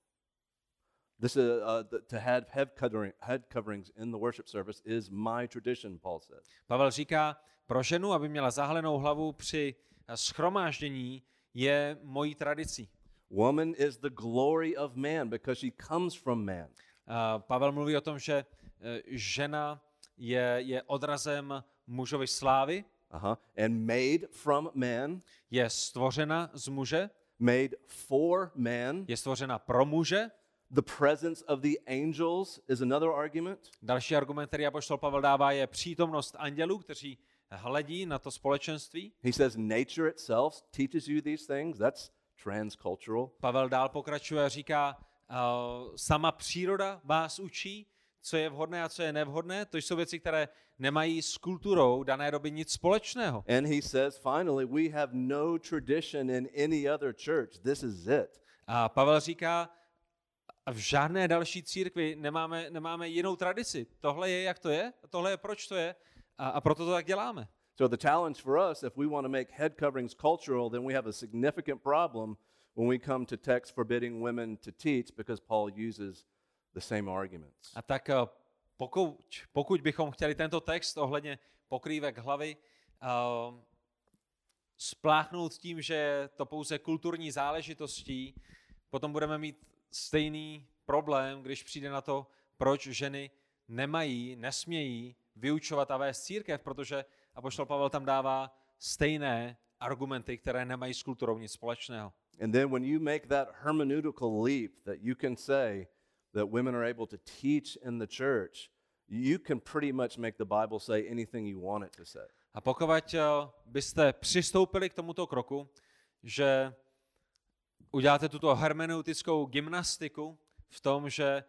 This is, to have head coverings in the worship service is my tradition, Paul says. Pavel říká, pro ženu, aby měla zahalenou hlavu při shromáždění, je mojí tradicí. Woman is the glory of man because she comes from man. Pavel mluví o tom, že žena je odrazem mužovy slávy, and made from man, je stvořena z muže, made for man. je stvořena pro muže. The presence of the angels is another argument. Další argument, který apoštol Pavel dává, je přítomnost andělů, kteří hledí na to společenství. He says nature itself teaches you these things. That's transcultural. Pavel dál pokračuje a říká, sama příroda vás učí, co je vhodné a co je nevhodné. To jsou věci, které nemají s kulturou dané doby nic společného. And he says, finally, we have no tradition in any other church. This is it. A Pavel říká, v žádné další církvi nemáme jinou tradici. Tohle je, jak to je, tohle je, proč to je, a proto to tak děláme. So the challenge for us, if we want to make head coverings cultural, then we have a significant problem when we come to texts forbidding women to teach, because Paul uses the same arguments. A tak pokud bychom chtěli tento text ohledně pokrývek hlavy spláchnout tím, že je to pouze kulturní záležitostí, potom budeme mít stejný problém, když přijde na to, proč ženy nesmějí vyučovat a vést církev, protože apoštol Pavel tam dává stejné argumenty, které nemají s kulturou nic společného. And then when you make that hermeneutical leap that you can say that women are able to teach in the church, you can pretty much make the Bible say anything you want it to say. A pokud byste přistoupili k tomuto kroku, že uděláte tuto hermeneutickou gymnastiku v tom, že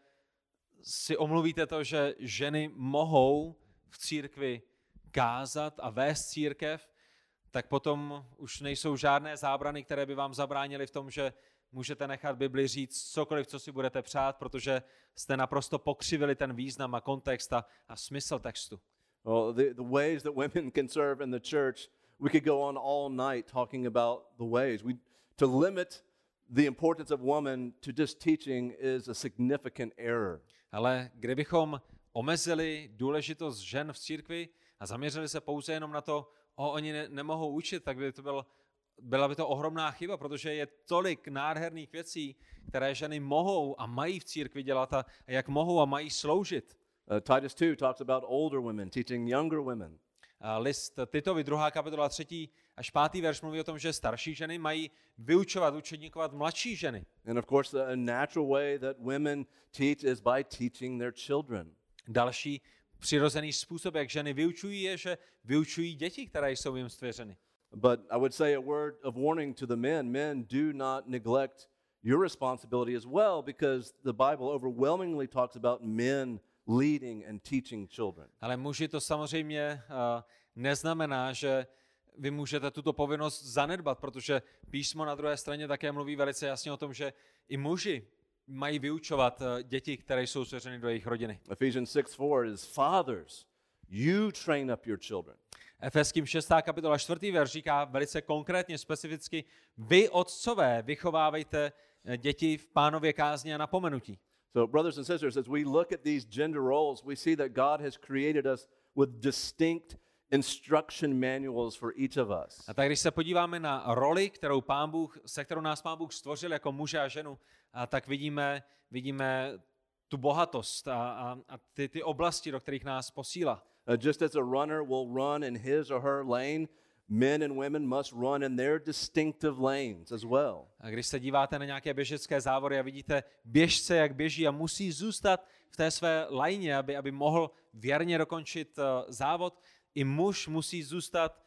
si omluvíte to, že ženy mohou v církvi kázat a vést církev, tak potom už nejsou žádné zábrany, které by vám zabránily v tom, že můžete nechat Bibli říct cokoliv, co si budete přát, protože jste naprosto pokřivili ten význam a kontext a smysl textu. Well, the ways that women can serve in the church, we could go on all night talking about the ways. To limit the importance of woman to just teaching is a significant error. Ale kdybychom omezili důležitost žen v církvi a zaměřili se pouze jenom na to, oni nemohou učit, tak byla by to ohromná chyba, protože je tolik nádherných věcí, které ženy mohou a mají v církvi dělat a jak mohou a mají sloužit. Titus 2 talks about older women teaching younger women. List Titovi 2. kapitola 3. až 5. verš mluví o tom, že starší ženy mají vyučovat, učedníkovat mladší ženy. And of course, a natural way that women teach is by teaching their children. Další přirozený způsob, jak ženy vyučují, je, že vyučují děti, které jsou jim svěřeny. But I would say a word of warning to the men. Men, do not neglect your responsibility as well, because the Bible overwhelmingly talks about men leading and teaching children. Ale muži, to samozřejmě neznamená, že vy můžete tuto povinnost zanedbat, protože písmo na druhé straně také mluví velice jasně o tom, že i muži mají vyučovat děti, které jsou svěřeny do jejich rodiny. Ephesians 6:4 is fathers, you train up your children. Efeským 6. kapitola 4. verš říká velice konkrétně, specificky, vy otcové vychovávejte děti v Pánově kázni a napomenutí. So brothers and sisters, as we look at these gender roles, we see that God has created us with distinct instruction manuals for each of us. A tak když se podíváme na roli, se kterou nás Pán Bůh stvořil jako muže a ženu, tak vidíme tu bohatost a ty oblasti, do kterých nás posílá. Just as a runner will run in his or her lane, men and women must run in their distinctive lanes as well. A když se díváte na nějaké běžecké závody a vidíte běžce, jak běží a musí zůstat v té své lajně, aby mohl věrně dokončit závod, i muž musí zůstat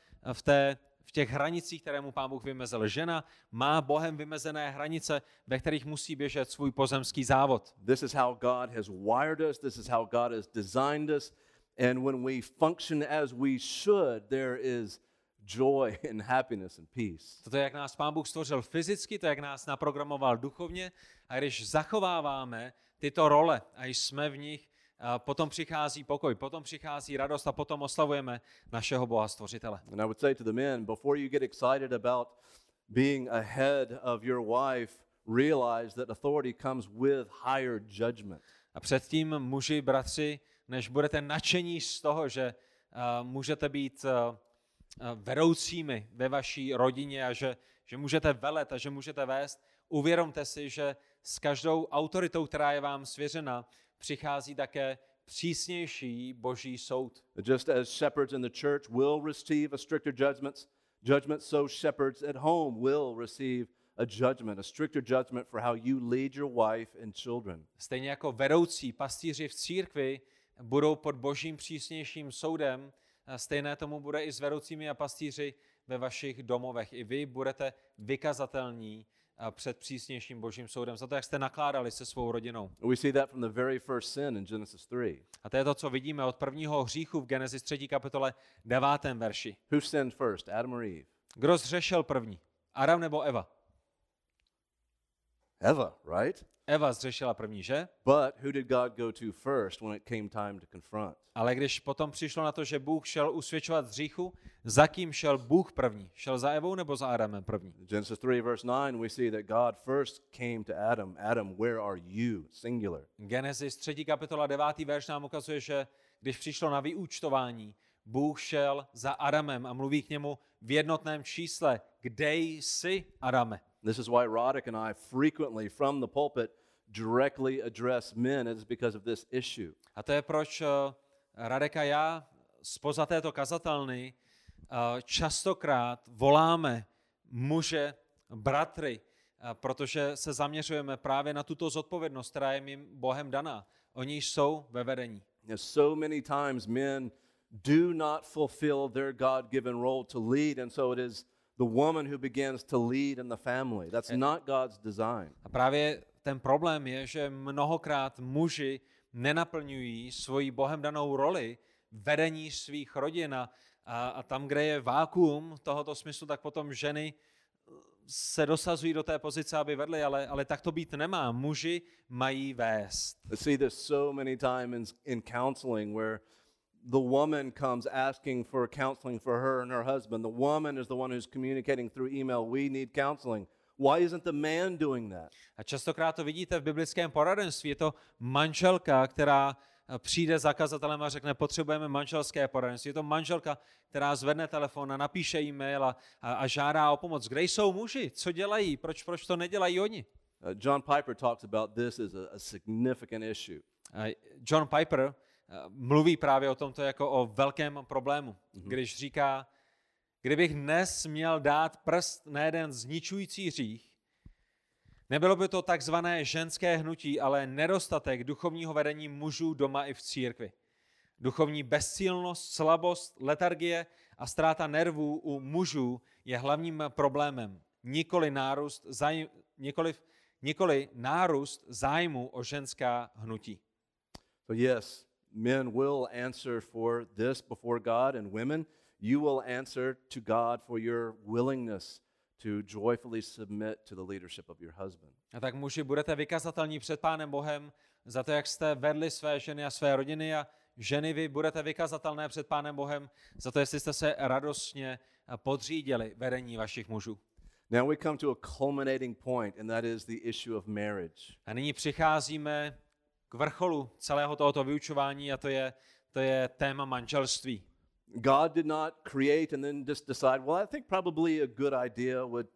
v těch hranicích, které mu Pán Bůh vymezil. Žena má Bohem vymezené hranice, ve kterých musí běžet svůj pozemský závod. This is how God has wired us. This is how God has designed us. And when we function as we should, there is joy and happiness and peace. Toto je, jak nás Pán Bůh stvořil fyzicky, to je, jak nás naprogramoval duchovně. A když zachováváme tyto role a jsme v nich, potom přichází pokoj, potom přichází radost a potom oslavujeme našeho Boha stvořitele. And I would say to the men, before you get excited about being ahead of your wife, realize that authority comes with higher judgment. A předtím, muži, bratři, než budete nadšení z toho, že můžete být vedoucími ve vaší rodině a že můžete velet a že můžete vést, uvědomte si, že s každou autoritou, která je vám svěřena, přichází také přísnější Boží soud. Just as shepherds in the church will receive a stricter judgment, so shepherds at home will receive a judgment, a stricter judgment for how you lead your wife and children. Stejně jako vedoucí pastýři v církvi budou pod Božím přísnějším soudem, stejné tomu bude i s vedoucími a pastýři ve vašich domovech. I vy budete vykazatelní před přísnějším Božím soudem za to, jak jste nakládali se svou rodinou. We see that from the very first sin in Genesis 3. A to je to, co vidíme od prvního hříchu v Genesis 3. kapitole 9. verši. Who sinned first, Adam or Eve? Kdo zřešil první? Adam nebo Eva? Eva, right? Eva zřešila první, že? But who did God go to first when it came time to confront? Ale když potom přišlo na to, že Bůh šel usvědčovat z hříchu, za kým šel Bůh první? Šel za Evou nebo za Adamem první? Genesis 3 verse 9 we see that God first came to Adam. Adam, where are you? Singular. Genesis 3. kapitola 9. verš nám ukazuje, že když přišlo na vyúčtování, Bůh šel za Adamem a mluví k němu v jednotném čísle. Kde jsi, Adame? This is why Roddick and I frequently from the pulpit directly address men. It's because of this issue. A to je proč Radek a já zpoza této kazatelny častokrát voláme muže, bratry, protože se zaměřujeme právě na tuto zodpovědnost, která je jim Bohem daná. Oni jsou ve vedení. So many times men do not fulfill their God-given role to lead, and so it is the woman who begins to lead in the family. That's not God's design. A právě ten problém je, že mnohokrát muži nenaplňují svoji Bohem danou roli vedení svých rodin a tam, kde je vákuum tohoto smyslu, tak potom ženy se dosazují do té pozice, aby vedly, ale tak to být nemá. Muži mají vést. I see this so many times in counseling where the woman comes asking for counseling for her and her husband. The woman is the one who's communicating through email, we need counseling. Why isn't the man doing that? A častokrát to vidíte v biblickém poradenství. Je to manželka, která přijde za kazatelem a řekne, potřebujeme manželské poradenství. Je to manželka, která zvedne telefon a napíše e-mail a žádá o pomoc. Kde jsou muži? Co dělají? Proč to nedělají oni? John Piper talks about this as a significant issue. John Piper mluví právě o tomto jako o velkém problému, když říká, kdybych dnes měl dát prst na jeden zničující hřích, nebylo by to takzvané ženské hnutí, ale nedostatek duchovního vedení mužů doma i v církvi. Duchovní bezcílnost, slabost, letargie a ztráta nervů u mužů je hlavním problémem. Nikoli nárůst zájmu o ženská hnutí. So yes, men will answer for this before God, and women, you will answer to God for your willingness to joyfully submit to the leadership of your husband. A tak muži, budete vykazatelní před Pánem Bohem za to, jak jste vedli své ženy a své rodiny, a ženy, vy budete vykazatelné před Pánem Bohem za to, jestli jste se radostně podřídili vedení vašich mužů. Now we come to a culminating point, and that is the issue of marriage. A nyní přicházíme k vrcholu celého tohoto vyučování, a to je téma manželství. God did not create and then just decide, well, I think probably a good idea would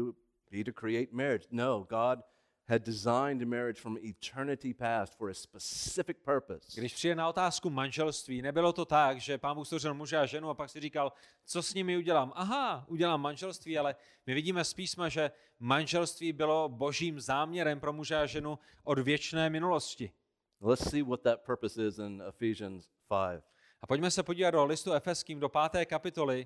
be to create marriage. No, God had designed marriage from eternity past for a specific purpose. Když přijde na otázku manželství, nebylo to tak, že Pán Bůh stvořil muže a ženu a pak si říkal, co s nimi udělám? Aha, udělám manželství, ale my vidíme z písma, že manželství bylo božím záměrem pro muže a ženu od věčné minulosti. Let's see what that purpose is in Ephesians 5. A pojďme se podívat do listu Efeským do 5. kapitoly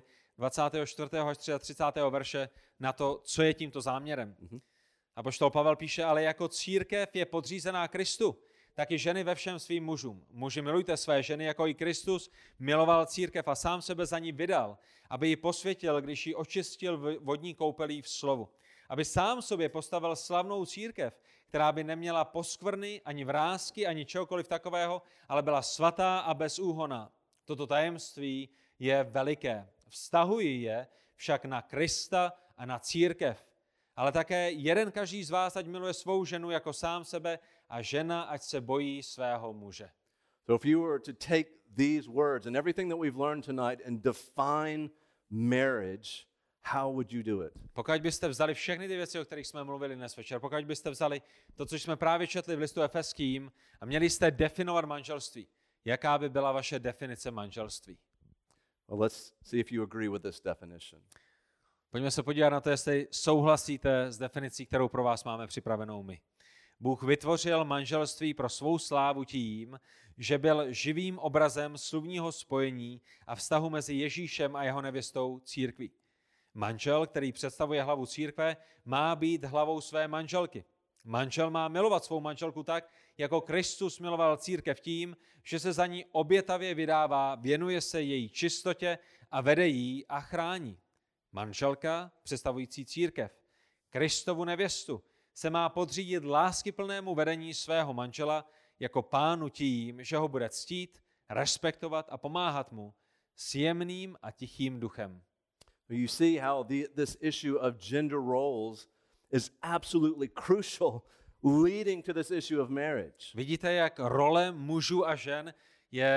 24. až 33. verše na to, co je tímto záměrem. Apoštol Pavel píše, ale jako církev je podřízená Kristu, tak i ženy ve všem svým mužům. Muži, milujte své ženy, jako i Kristus miloval církev a sám sebe za ní vydal, aby ji posvětil, když ji očistil vodní koupelí v slovu. Aby sám sobě postavil slavnou církev, která by neměla poskvrny, ani vrásky, ani čehokoliv takového, ale byla svatá a bezúhonná. Toto tajemství je veliké. Vztahuji je však na Krista a na církev. Ale také jeden každý z vás ať miluje svou ženu jako sám sebe a žena ať se bojí svého muže. So if you were to take these words and everything that we've learned tonight and define marriage, how would you do it? Pokud byste vzali všechny ty věci, o kterých jsme mluvili dnes večer, pokud byste vzali to, co jsme právě četli v listu Efeským a měli jste definovat manželství, jaká by byla vaše definice manželství? Well, let's see if you agree with this definition. Pojďme se podívat na to, jestli souhlasíte s definicí, kterou pro vás máme připravenou my. Bůh vytvořil manželství pro svou slávu tím, že byl živým obrazem sluvního spojení a vztahu mezi Ježíšem a jeho nevěstou církví. Manžel, který představuje hlavu církve, má být hlavou své manželky. Manžel má milovat svou manželku tak, jako Kristus miloval církev tím, že se za ní obětavě vydává, věnuje se její čistotě a vede ji a chrání. Manželka, představující církev, Kristovu nevěstu, se má podřídit láskyplnému vedení svého manžela jako pánu tím, že ho bude ctít, respektovat a pomáhat mu s jemným a tichým duchem. You see how this issue of gender roles is absolutely crucial, leading to this issue of marriage. Vidíte, jak role mužů a žen je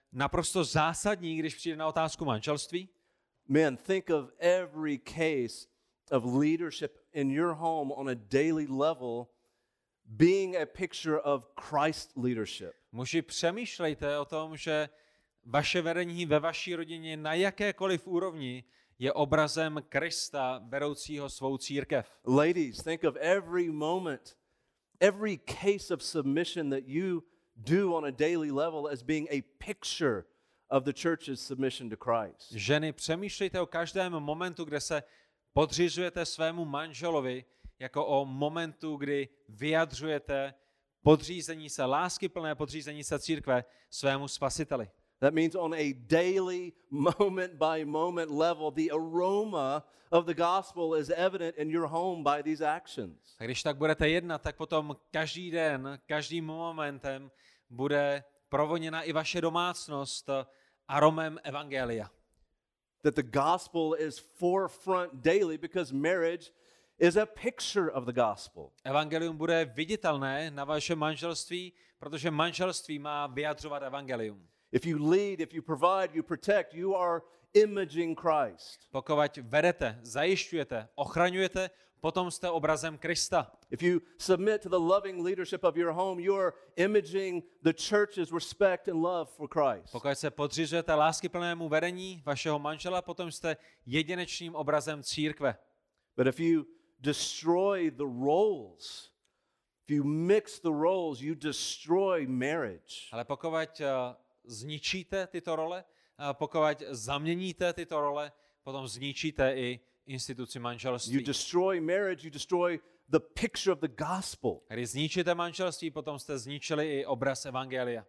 naprosto zásadní, když přijde na otázku manželství. Men, think of every case of leadership in your home on a daily level being a picture of Christ's leadership. Muži, přemýšlejte o tom, že vaše vedení ve vaší rodině na jakékoliv úrovni je obrazem Krista vedoucího svou církev. Ladies, think of every moment, every case of submission that you do on a daily level as being a picture of the church's submission to Christ. Ženy, přemýšlejte o každém momentu, kde se podřizujete svému manželovi, jako o momentu, kdy vyjadřujete podřízení se, láskyplné podřízení se církve svému spasiteli. That means on a daily, moment by moment level, the aroma of the gospel is evident in your home by these actions. A když tak budete jednat, tak potom každý den, každým momentem bude provoněna i vaše domácnost aromem evangelia. That the gospel is forefront daily because marriage is a picture of the gospel. Evangelium bude viditelné na vašem manželství, protože manželství má vyjadřovat evangelium. If you lead, if you provide, you protect, you are imaging Christ. Pokud vedete, zajišťujete, ochraňujete, potom jste obrazem Krista. If you submit to the loving leadership of your home, you are imaging the church's respect and love for Christ. Pokud se podřizujete láskyplnému vedení vašeho manžela, potom jste jedinečným obrazem církve. But if you destroy the roles, if you mix the roles, you destroy marriage. Ale pokud zničíte tyto role, pokud zaměníte tyto role, potom zničíte i instituci You manželství. destroy marriage, you destroy the picture of the gospel. Když zničíte manželství, potom jste zničili i obraz evangelia.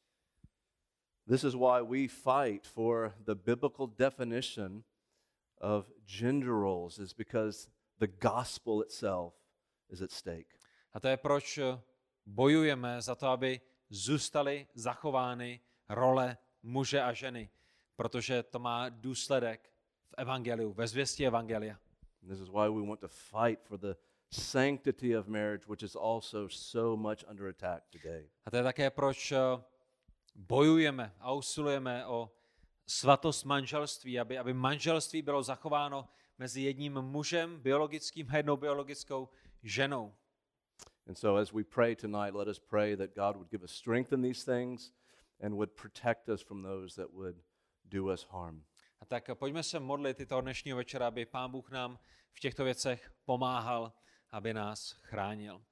This is why we fight for the biblical definition of gender roles, is because the gospel itself is at stake. A to je proč bojujeme za to, aby zůstaly zachovány role muže a ženy, protože to má důsledek v evangeliu, ve zvěstí evangelia. This is why we want to fight for the sanctity of marriage, which is also so much under attack today. A to je také proč bojujeme a usilujeme o svatost manželství, aby manželství bylo zachováno mezi jedním mužem biologickým a jednou biologickou ženou. And so as we pray tonight, let us pray that God would give us strength in these things and would protect us from those that would do us harm. A tak pojďme se modlit i toho dnešního večera, aby Pán Bůh nám v těchto věcech pomáhal, aby nás chránil.